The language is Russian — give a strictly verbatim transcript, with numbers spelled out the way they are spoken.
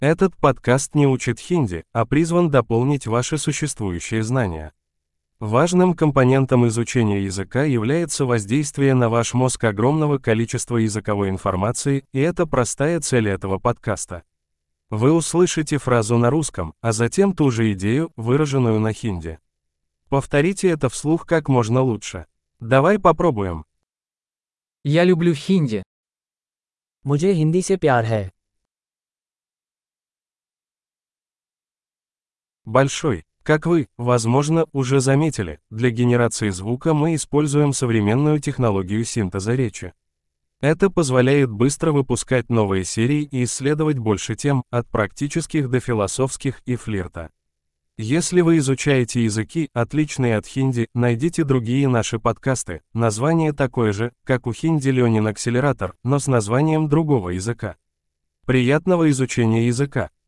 Этот подкаст не учит хинди, а призван дополнить ваши существующие знания. Важным компонентом изучения языка является воздействие на ваш мозг огромного количества языковой информации, и это простая цель этого подкаста. Вы услышите фразу на русском, а затем ту же идею, выраженную на хинди. Повторите это вслух как можно лучше. Давай попробуем. Я люблю хинди. मुझे हिंदी से प्यार है। Большой. Как вы, возможно, уже заметили, для генерации звука мы используем современную технологию синтеза речи. Это позволяет быстро выпускать новые серии и исследовать больше тем, от практических до философских и флирта. Если вы изучаете языки, отличные от хинди, найдите другие наши подкасты, название такое же, как у Hindi Learning Accelerator, но с названием другого языка. Приятного изучения языка!